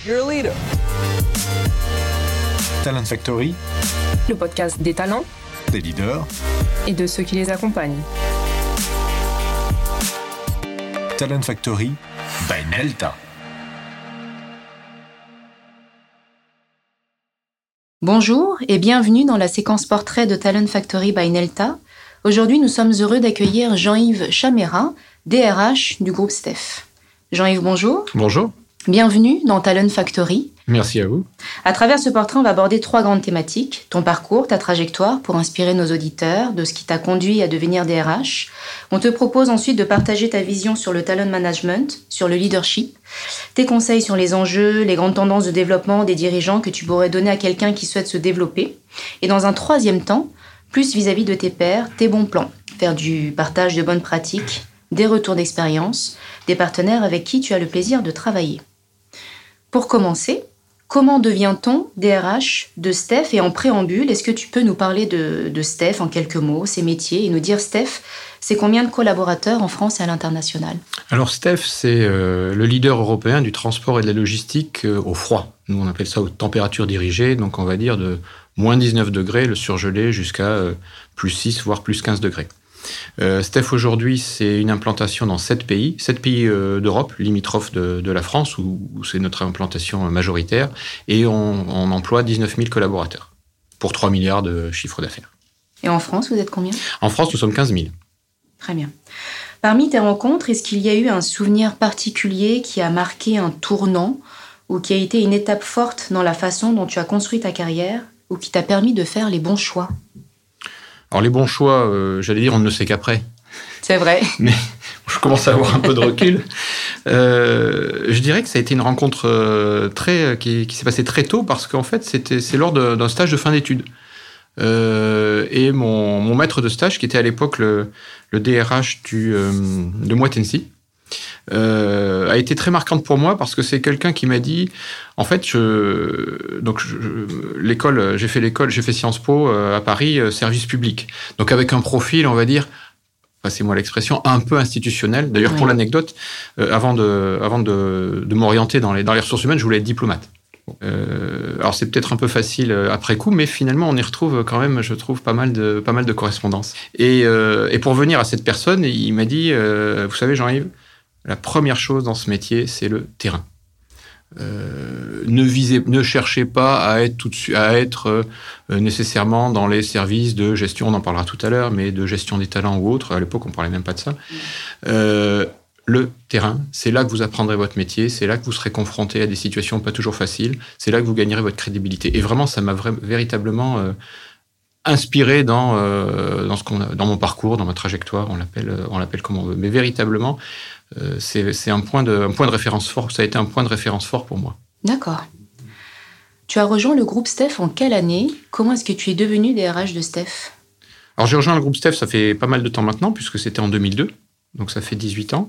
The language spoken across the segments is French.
You're a leader. Talent Factory, le podcast des talents, des leaders et de ceux qui les accompagnent. Talent Factory by Nelta. Bonjour et bienvenue dans la séquence portrait de Talent Factory by Nelta. Aujourd'hui, nous sommes heureux d'accueillir Jean-Yves Chaméra, DRH du groupe Steph. Jean-Yves, bonjour. Bonjour. Bienvenue dans Talent Factory. Merci à vous. À travers ce portrait, on va aborder 3 grandes thématiques. Ton parcours, ta trajectoire pour inspirer nos auditeurs de ce qui t'a conduit à devenir DRH. On te propose ensuite de partager ta vision sur le talent management, sur le leadership, tes conseils sur les enjeux, les grandes tendances de développement des dirigeants que tu pourrais donner à quelqu'un qui souhaite se développer. Et dans un 3e temps, plus vis-à-vis de tes pairs, tes bons plans. Faire du partage de bonnes pratiques, des retours d'expérience, des partenaires avec qui tu as le plaisir de travailler. Pour commencer, comment devient-on DRH de Steph? Et en préambule, est-ce que tu peux nous parler de Steph en quelques mots, ses métiers, et nous dire, Steph, c'est combien de collaborateurs en France et à l'international? Alors Steph, c'est le leader européen du transport et de la logistique au froid. Nous, on appelle ça aux températures dirigées, donc on va dire de moins 19 degrés, le surgelé, jusqu'à plus 6, voire plus 15 degrés. Steph, aujourd'hui, c'est une implantation dans 7 pays d'Europe, limitrophes de la France, où c'est notre implantation majoritaire, et on emploie 19 000 collaborateurs, pour 3 milliards de chiffre d'affaires. Et en France, vous êtes combien? En France, nous sommes 15 000. Très bien. Parmi tes rencontres, est-ce qu'il y a eu un souvenir particulier qui a marqué un tournant, ou qui a été une étape forte dans la façon dont tu as construit ta carrière, ou qui t'a permis de faire les bons choix? Alors les bons choix, j'allais dire, on ne le sait qu'après. C'est vrai. Mais je commence à avoir un peu de recul. Je dirais que ça a été une rencontre qui s'est passée très tôt, parce qu'en fait, c'est lors d'un stage de fin d'études. Et mon maître de stage, qui était à l'époque le DRH de Moitensi, a été très marquante pour moi, parce que c'est quelqu'un qui m'a dit, en fait, j'ai fait Sciences Po à Paris, service public. Donc avec un profil, on va dire, passez-moi l'expression, un peu institutionnel. D'ailleurs, oui. Pour l'anecdote, avant de m'orienter dans les ressources humaines, je voulais être diplomate. Alors c'est peut-être un peu facile après coup, mais finalement on y retrouve quand même, je trouve, pas mal de correspondances. Et pour venir à cette personne, il m'a dit, vous savez, Jean-Yves, la première chose dans ce métier, c'est le terrain. Ne cherchez pas à être nécessairement dans les services de gestion, on en parlera tout à l'heure, mais de gestion des talents ou autre. À l'époque, on ne parlait même pas de ça. Le terrain, c'est là que vous apprendrez votre métier, c'est là que vous serez confronté à des situations pas toujours faciles, c'est là que vous gagnerez votre crédibilité. Et vraiment, ça m'a véritablement inspiré dans mon parcours, dans ma trajectoire, on l'appelle comme on veut. Mais véritablement, c'est un point de référence fort. Ça a été un point de référence fort pour moi. D'accord. Tu as rejoint le groupe Steph en quelle année? Comment est-ce que tu es devenu DRH de Steph? Alors j'ai rejoint le groupe Steph, ça fait pas mal de temps maintenant, puisque c'était en 2002. Donc ça fait 18 ans.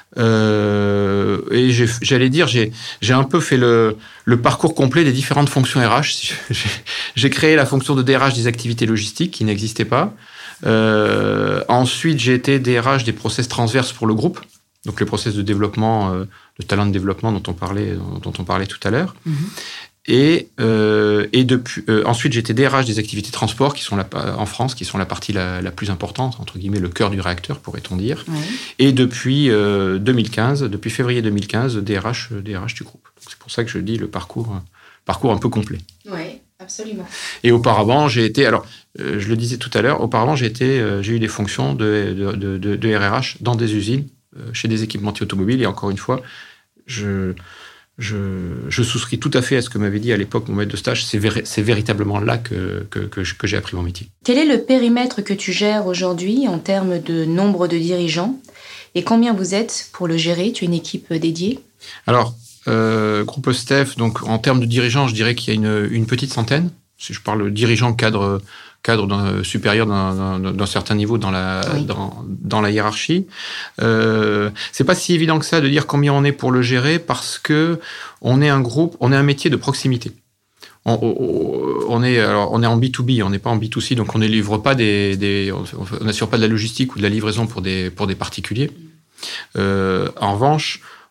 Et j'allais dire, j'ai un peu fait le parcours complet des différentes fonctions RH. J'ai créé la fonction de DRH des activités logistiques qui n'existait pas. Ensuite, j'ai été DRH des process transverses pour le groupe. Donc les process de développement, de talent de développement dont on parlait tout à l'heure. Mm-hmm. Et ensuite, j'ai été DRH des activités transport qui sont en France, qui sont la partie la plus importante, entre guillemets, le cœur du réacteur, pourrait-on dire. Oui. Et depuis février 2015, DRH du groupe. Donc, c'est pour ça que je dis le parcours un peu complet. Oui, absolument. Et auparavant, j'ai été, je le disais tout à l'heure, j'ai eu des fonctions de RRH dans des usines, chez des équipementiers automobiles. Et encore une fois, je souscris tout à fait à ce que m'avait dit à l'époque mon maître de stage. C'est véritablement là que j'ai appris mon métier. Quel est le périmètre que tu gères aujourd'hui en termes de nombre de dirigeants? Et combien vous êtes pour le gérer? Tu as une équipe dédiée? Alors, groupe Steph, donc en termes de dirigeants, je dirais qu'il y a une petite centaine. Si je parle de dirigeants cadre supérieur d'un certain niveau dans la hiérarchie. C'est pas si évident que ça de dire combien on est pour le gérer, parce que on est un métier de proximité. On est en B2B, on n'est pas en B2C, donc on ne livre pas on n'assure pas de la logistique ou de la livraison pour des particuliers. En revanche,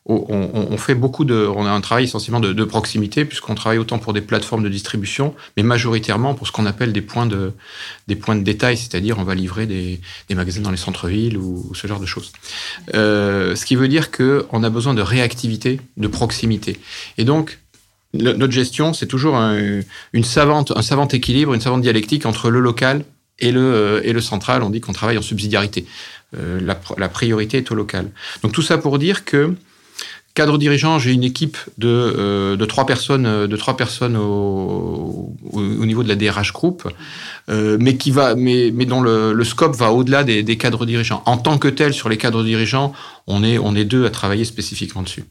on fait on a un travail essentiellement de proximité, puisqu'on travaille autant pour des plateformes de distribution, mais majoritairement pour ce qu'on appelle des points de détail, c'est-à-dire on va livrer des magasins dans les centres-villes ou ce genre de choses. Ce qui veut dire qu'on a besoin de réactivité, de proximité. Et donc, notre gestion, c'est toujours un savant équilibre, une savante dialectique entre le local et le central. On dit qu'on travaille en subsidiarité. La priorité est au local. Donc tout ça pour dire que cadre dirigeant, j'ai une équipe de 3 personnes, au niveau de la DRH Group, mais dont le scope va au-delà des cadres dirigeants. En tant que tel, sur les cadres dirigeants, on est 2 à travailler spécifiquement dessus.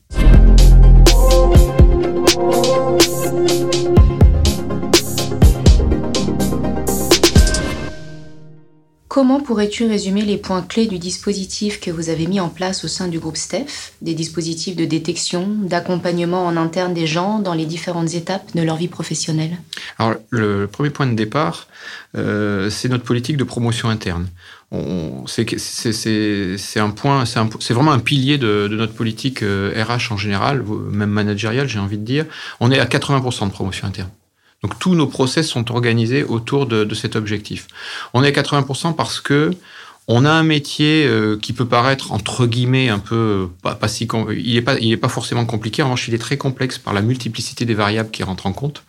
Comment pourrais-tu résumer les points clés du dispositif que vous avez mis en place au sein du groupe Steph, des dispositifs de détection, d'accompagnement en interne des gens dans les différentes étapes de leur vie professionnelle ? Alors, le premier point de départ, c'est notre politique de promotion interne. C'est vraiment un pilier de notre politique RH en général, même managériale, j'ai envie de dire. On est à 80% de promotion interne. Donc, tous nos process sont organisés autour de cet objectif. On est à 80% parce que on a un métier qui peut paraître, entre guillemets, un peu... il est pas forcément compliqué. En revanche, il est très complexe par la multiplicité des variables qui rentrent en compte.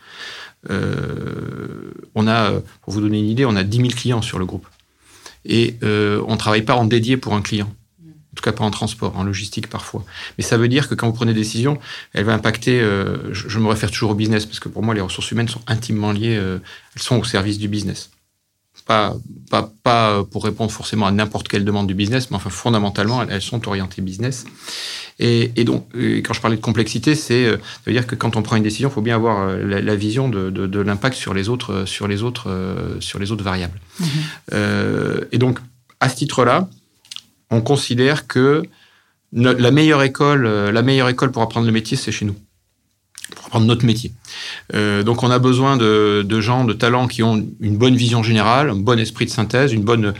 On a, pour vous donner une idée, on a 10 000 clients sur le groupe. Et on ne travaille pas en dédié pour un client. En tout cas, pas en transport, en logistique parfois. Mais ça veut dire que quand vous prenez des décisions, elle va impacter... je me réfère toujours au business, parce que pour moi, les ressources humaines sont intimement liées, elles sont au service du business. Pas pour répondre forcément à n'importe quelle demande du business, mais enfin, fondamentalement, elles sont orientées business. Et donc, quand je parlais de complexité, ça veut dire que quand on prend une décision, il faut bien avoir la vision de l'impact sur les autres variables. Mmh. Et donc, à ce titre-là, on considère que la meilleure école pour apprendre le métier, c'est chez nous, pour apprendre notre métier. Donc, on a besoin de gens, de talents qui ont une bonne vision générale, un bon esprit de synthèse, une bonne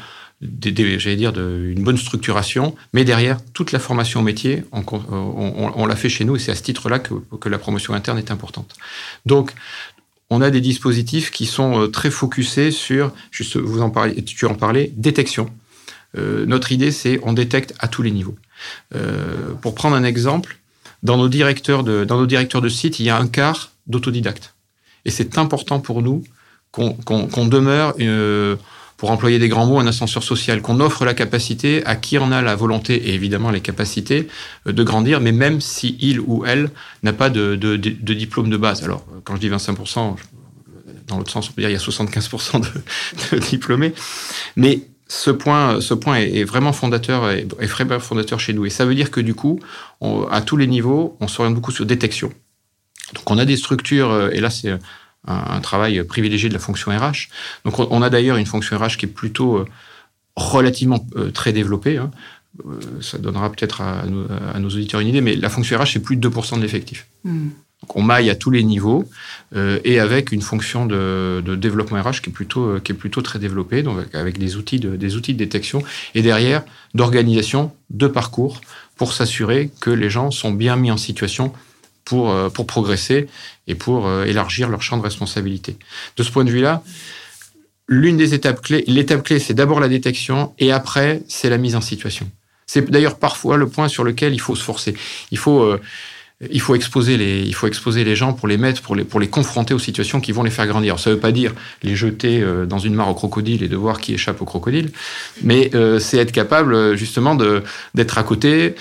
structuration, mais derrière, toute la formation au métier, on l'a fait chez nous, et c'est à ce titre-là que la promotion interne est importante. Donc, on a des dispositifs qui sont très focusés sur, tu en parlais, détection. Notre idée, c'est on détecte à tous les niveaux. Pour prendre un exemple, dans nos directeurs de site, il y a un quart d'autodidactes. Et c'est important pour nous qu'on demeure, pour employer des grands mots, un ascenseur social, qu'on offre la capacité à qui en a la volonté et évidemment les capacités de grandir, mais même si il ou elle n'a pas de diplôme de base. Alors, quand je dis 25%, dans l'autre sens, on peut dire qu'il y a 75% de diplômés. Mais ce point est vraiment fondateur, est vraiment fondateur chez nous. Et ça veut dire que du coup, à tous les niveaux, on s'oriente beaucoup sur détection. Donc on a des structures, et là c'est un travail privilégié de la fonction RH. Donc on a d'ailleurs une fonction RH qui est plutôt relativement très développée. Hein. Ça donnera peut-être à nos auditeurs une idée, mais la fonction RH, c'est plus de 2% de l'effectif. Mmh. Donc on maille à tous les niveaux et avec une fonction de développement RH qui est plutôt très développée, donc avec des outils de détection et derrière d'organisation, de parcours pour s'assurer que les gens sont bien mis en situation pour progresser et pour élargir leur champ de responsabilité. De ce point de vue-là, l'étape clé, c'est d'abord la détection et après, c'est la mise en situation. C'est d'ailleurs parfois le point sur lequel il faut se forcer. Il faut exposer les gens pour les confronter aux situations qui vont les faire grandir. Alors, ça ne veut pas dire les jeter dans une mare au crocodile et de voir qui échappe au crocodile, mais c'est être capable justement d'être à côté,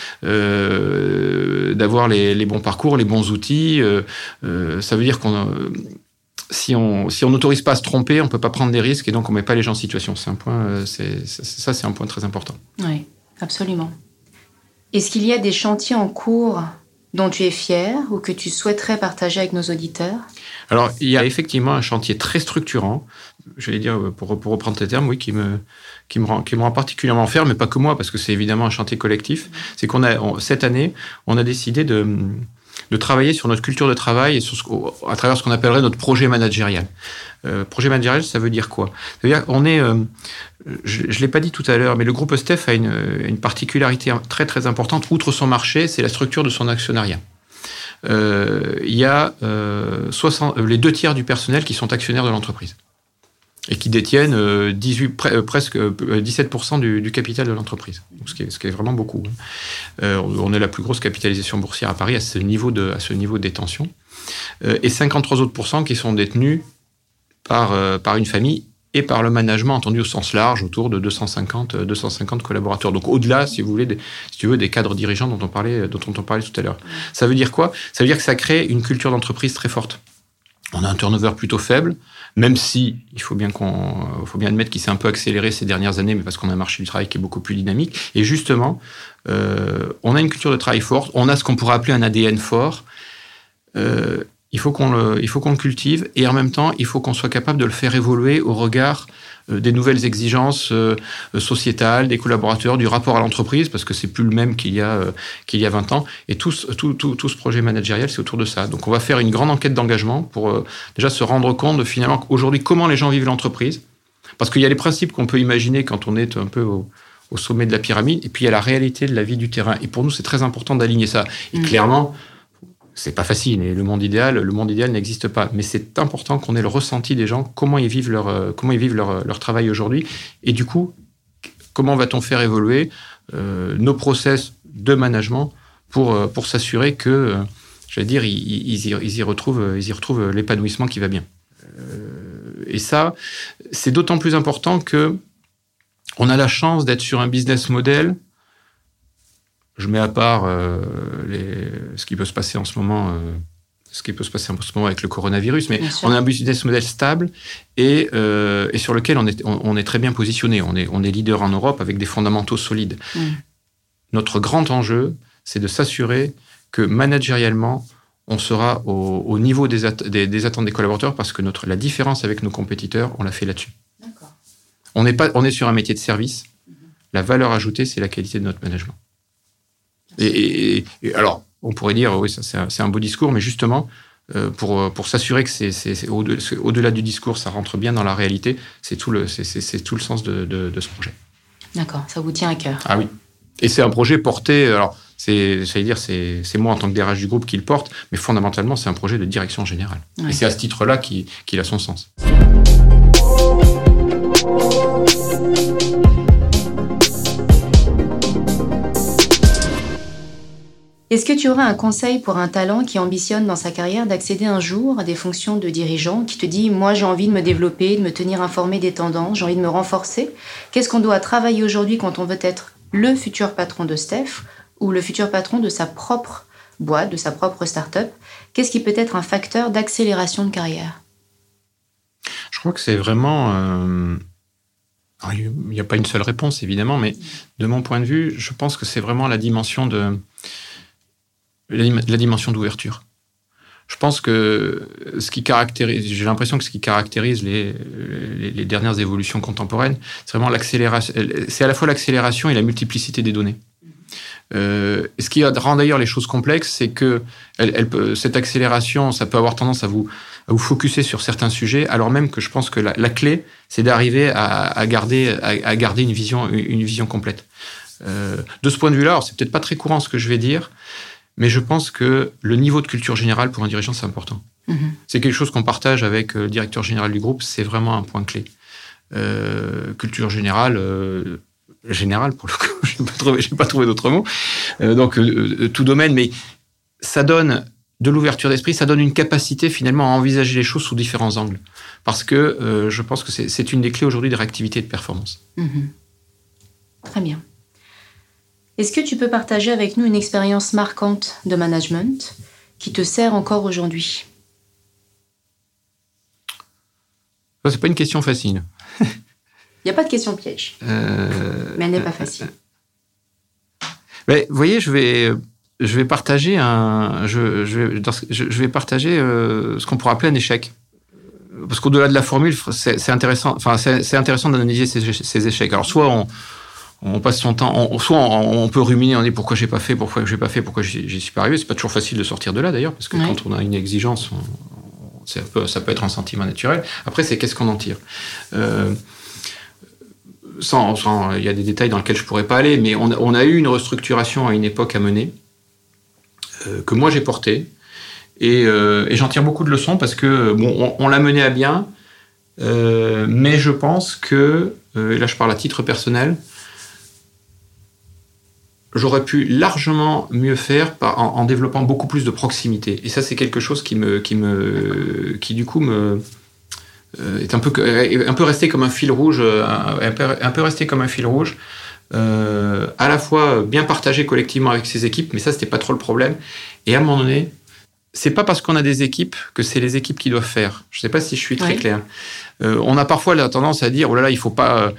d'avoir les bons parcours, les bons outils. Ça veut dire si on n'autorise pas à se tromper, on ne peut pas prendre des risques et donc on ne met pas les gens en situation. C'est un point très important. Oui, absolument. Est-ce qu'il y a des chantiers en cours dont tu es fier ou que tu souhaiterais partager avec nos auditeurs ? Alors, il y a effectivement un chantier très structurant, j'allais dire, pour reprendre tes termes, oui, qui me rend particulièrement fier, mais pas que moi, parce que c'est évidemment un chantier collectif. C'est cette année, on a décidé de travailler sur notre culture de travail et à travers ce qu'on appellerait notre projet managérial. Projet managérial, ça veut dire quoi? Ça veut dire qu'on est, je ne l'ai pas dit tout à l'heure, mais le groupe Steph a une particularité très très importante. Outre son marché, c'est la structure de son actionnariat. Il y a les 2/3 du personnel qui sont actionnaires de l'entreprise et qui détiennent presque 17% du capital de l'entreprise, ce qui est vraiment beaucoup. On est la plus grosse capitalisation boursière à Paris à ce niveau de détention, et 53 autres % qui sont détenus par une famille et par le management, entendu au sens large, autour de 250 collaborateurs. Donc au-delà, si vous voulez, des cadres dirigeants dont on parlait tout à l'heure. Ça veut dire quoi? Ça veut dire que ça crée une culture d'entreprise très forte. On a un turnover plutôt faible, même si il faut bien admettre qu'il s'est un peu accéléré ces dernières années, mais parce qu'on a un marché du travail qui est beaucoup plus dynamique. Et justement, on a une culture de travail forte, on a ce qu'on pourrait appeler un ADN fort. Il faut qu'on le cultive, et en même temps, il faut qu'on soit capable de le faire évoluer au regard des nouvelles exigences sociétales, des collaborateurs, du rapport à l'entreprise, parce que c'est plus le même qu'il y a 20 ans. Et tout ce projet managérial, c'est autour de ça. Donc on va faire une grande enquête d'engagement pour déjà se rendre compte de, finalement, aujourd'hui, comment les gens vivent l'entreprise. Parce qu'il y a les principes qu'on peut imaginer quand on est un peu au sommet de la pyramide, et puis il y a la réalité de la vie du terrain. Et pour nous, c'est très important d'aligner ça. Et clairement, c'est pas facile, et le monde idéal n'existe pas. Mais c'est important qu'on ait le ressenti des gens, comment ils vivent leur travail aujourd'hui. Et du coup, comment va-t-on faire évoluer nos process de management pour s'assurer que, ils y retrouvent l'épanouissement qui va bien. Et ça, c'est d'autant plus important que on a la chance d'être sur un business model. Je mets à part ce qui peut se passer en ce moment, avec le coronavirus, mais on a un business model stable et sur lequel on est très bien positionné. On est leader en Europe avec des fondamentaux solides. Notre grand enjeu, c'est de s'assurer que managérialement, on sera au niveau des attentes des collaborateurs, parce que la différence avec nos compétiteurs, on l'a fait là-dessus. D'accord. On est sur un métier de service. La valeur ajoutée, c'est la qualité de notre management. Et alors, on pourrait dire, oui, ça, c'est un beau discours, mais justement, pour s'assurer que c'est au-delà du discours, ça rentre bien dans la réalité, c'est tout le sens de ce projet. D'accord, ça vous tient à cœur. Ah oui. Et c'est un projet porté, alors, c'est moi en tant que DRH du groupe qui le porte, mais fondamentalement, c'est un projet de direction générale. Oui. Et c'est à ce titre-là qu'il a son sens. Est-ce que tu aurais un conseil pour un talent qui ambitionne dans sa carrière d'accéder un jour à des fonctions de dirigeant, qui te dit « moi j'ai envie de me développer, de me tenir informé des tendances, j'ai envie de me renforcer ». Qu'est-ce qu'on doit travailler aujourd'hui quand on veut être le futur patron de Steph ou le futur patron de sa propre boîte, de sa propre start-up? Qu'est-ce qui peut être un facteur d'accélération de carrière? Je crois que c'est vraiment... il n'y a pas une seule réponse, évidemment, mais de mon point de vue, je pense que c'est vraiment la dimension d'ouverture. Je pense que j'ai l'impression que ce qui caractérise les dernières évolutions contemporaines, c'est vraiment l'accélération. C'est à la fois l'accélération et la multiplicité des données. Et ce qui rend d'ailleurs les choses complexes, c'est que cette accélération, ça peut avoir tendance à vous focuser sur certains sujets, alors même que je pense que la clé, c'est d'arriver à garder une vision complète. De ce point de vue-là, alors c'est peut-être pas très courant ce que je vais dire, mais je pense que le niveau de culture générale pour un dirigeant, c'est important. C'est quelque chose qu'on partage avec le directeur général du groupe, c'est vraiment un point clé. Culture générale pour le coup, j'ai pas trouvé d'autre mot. Donc, tout domaine, mais ça donne de l'ouverture d'esprit, ça donne une capacité finalement à envisager les choses sous différents angles. Parce que je pense que c'est une des clés aujourd'hui de réactivité et de performance. Très bien. Est-ce que tu peux partager avec nous une expérience marquante de management qui te sert encore aujourd'hui? Ça, c'est pas une question facile. Il n'y a pas de question piège. Mais elle n'est pas facile. Mais, vous voyez, je vais partager ce qu'on pourrait appeler un échec. Parce qu'au-delà de la formule, c'est intéressant d'analyser ces échecs. Alors, soit on passe son temps, soit on peut ruminer, on dit pourquoi j'ai pas fait, pourquoi j'y suis pas arrivé. C'est pas toujours facile de sortir de là d'ailleurs, parce que quand on a une exigence, ça peut être un sentiment naturel. Après, c'est qu'est-ce qu'on en tire. Il y a des détails dans lesquels je pourrais pas aller, mais on a eu une restructuration à une époque à mener, que moi j'ai portée, et j'en tire beaucoup de leçons parce que on l'a menée à bien, mais je pense que, et là je parle à titre personnel, j'aurais pu largement mieux faire en développant beaucoup plus de proximité. Et ça, c'est quelque chose qui du coup est un peu resté comme un fil rouge, à la fois bien partagé collectivement avec ses équipes, mais ça, c'était pas trop le problème. Et à un moment donné, c'est pas parce qu'on a des équipes que c'est les équipes qui doivent faire. Je sais pas si je suis très clair. On a parfois la tendance à dire, oh là là, il faut pas...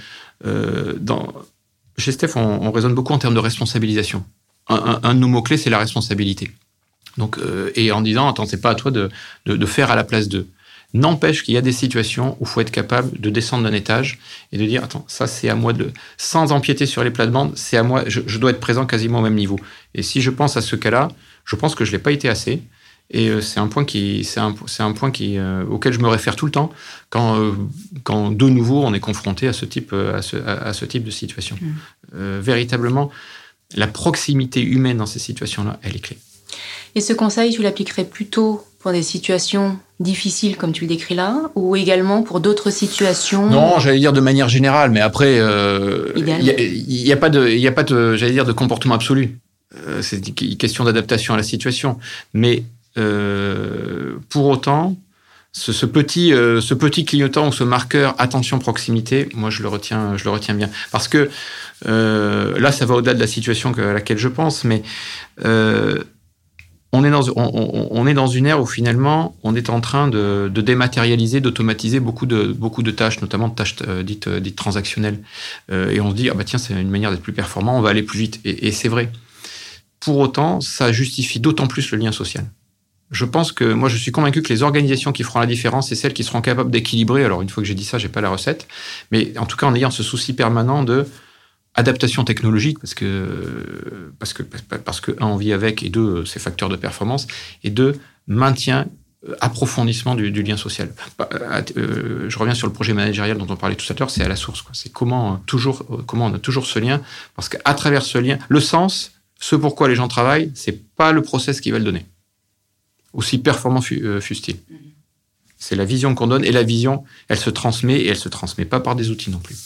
Chez Steph, on raisonne beaucoup en termes de responsabilisation. Un de nos mots-clés, c'est la responsabilité. Donc, et en disant, attends, c'est pas à toi de faire à la place d'eux. N'empêche qu'il y a des situations où il faut être capable de descendre d'un étage et de dire, attends, ça c'est à moi sans empiéter sur les plates-bandes, c'est à moi, je dois être présent quasiment au même niveau. Et si je pense à ce cas-là, je pense que je l'ai pas été assez. Et c'est un point auquel je me réfère tout le temps quand de nouveau on est confronté à ce type de situation. Véritablement, la proximité humaine dans ces situations-là, elle est clé. Et ce conseil, tu l'appliquerais plutôt pour des situations difficiles comme tu le décris là, ou également pour d'autres situations? Non, j'allais dire de manière générale, mais après, il y a pas de, j'allais dire, de comportement absolu. C'est une question d'adaptation à la situation, mais pour autant, ce petit clignotant ou ce marqueur attention proximité, moi je le retiens bien, parce que là ça va au-delà de la situation à laquelle je pense, mais on est dans une ère où finalement on est en train de dématérialiser, d'automatiser beaucoup de tâches, notamment de tâches dites transactionnelles, et on se dit ah bah tiens, c'est une manière d'être plus performant, on va aller plus vite, et c'est vrai. Pour autant, ça justifie d'autant plus le lien social. Je pense que, moi, je suis convaincu que les organisations qui feront la différence, c'est celles qui seront capables d'équilibrer. Alors, une fois que j'ai dit ça, j'ai pas la recette. Mais en tout cas, en ayant ce souci permanent de adaptation technologique, parce que un, on vit avec, et deux, c'est facteur de performance, et deux, maintien, approfondissement du lien social. Je reviens sur le projet managérial dont on parlait tout à l'heure, c'est à la source, quoi. C'est comment on a toujours ce lien, parce qu'à travers ce lien, le sens, ce pourquoi les gens travaillent, c'est pas le process qui va le donner. Aussi performant fût-il. C'est la vision qu'on donne, et la vision, elle se transmet, et elle se transmet pas par des outils non plus.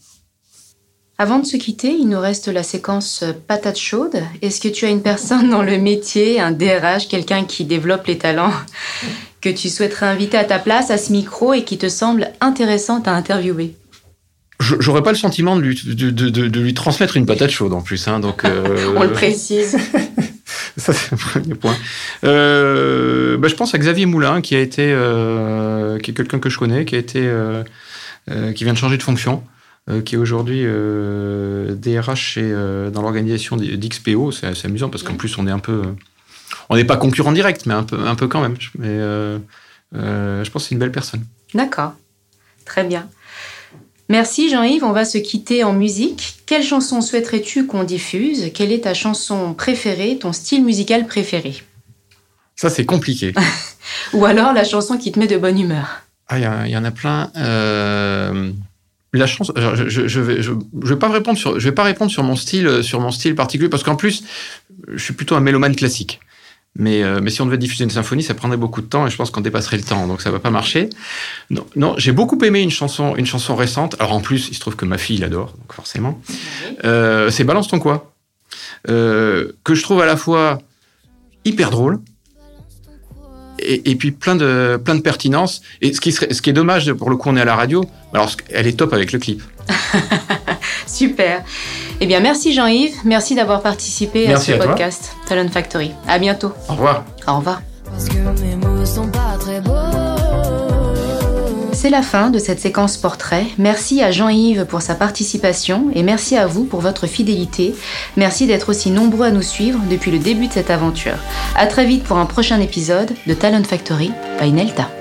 Avant de se quitter, il nous reste la séquence patate chaude. Est-ce que tu as une personne dans le métier, un DRH, quelqu'un qui développe les talents, que tu souhaiterais inviter à ta place, à ce micro, et qui te semble intéressante à interviewer? J'aurais pas le sentiment de lui transmettre une patate chaude en plus, hein, donc on le précise. Ça, c'est le premier point. Je pense à Xavier Moulin, qui est quelqu'un que je connais, qui vient de changer de fonction, qui est aujourd'hui DRH dans l'organisation d'XPO. C'est assez amusant parce qu'en plus, on n'est pas concurrent direct, mais un peu quand même. Mais je pense que c'est une belle personne. D'accord. Très bien. Merci Jean-Yves, on va se quitter en musique. Quelle chanson souhaiterais-tu qu'on diffuse? Quelle est ta chanson préférée, ton style musical préféré? Ça, c'est compliqué. Ou alors la chanson qui te met de bonne humeur? Ah, il y en a plein. La chanson, je vais pas répondre sur mon style particulier, parce qu'en plus, je suis plutôt un mélomane classique. Mais si on devait diffuser une symphonie, ça prendrait beaucoup de temps et je pense qu'on dépasserait le temps, donc ça va pas marcher. Non, j'ai beaucoup aimé une chanson récente. Alors en plus, il se trouve que ma fille l'adore, donc forcément. C'est Balance ton quoi, que je trouve à la fois hyper drôle et puis plein de pertinence. Et ce qui est dommage, pour le coup, on est à la radio. Alors elle est top avec le clip. Super. Eh bien, merci Jean-Yves. Merci d'avoir participé à ce podcast Talent Factory. À bientôt. Au revoir. Au revoir. Parce que mes mots sont pas très beaux. C'est la fin de cette séquence portrait. Merci à Jean-Yves pour sa participation et merci à vous pour votre fidélité. Merci d'être aussi nombreux à nous suivre depuis le début de cette aventure. À très vite pour un prochain épisode de Talent Factory by Nelta.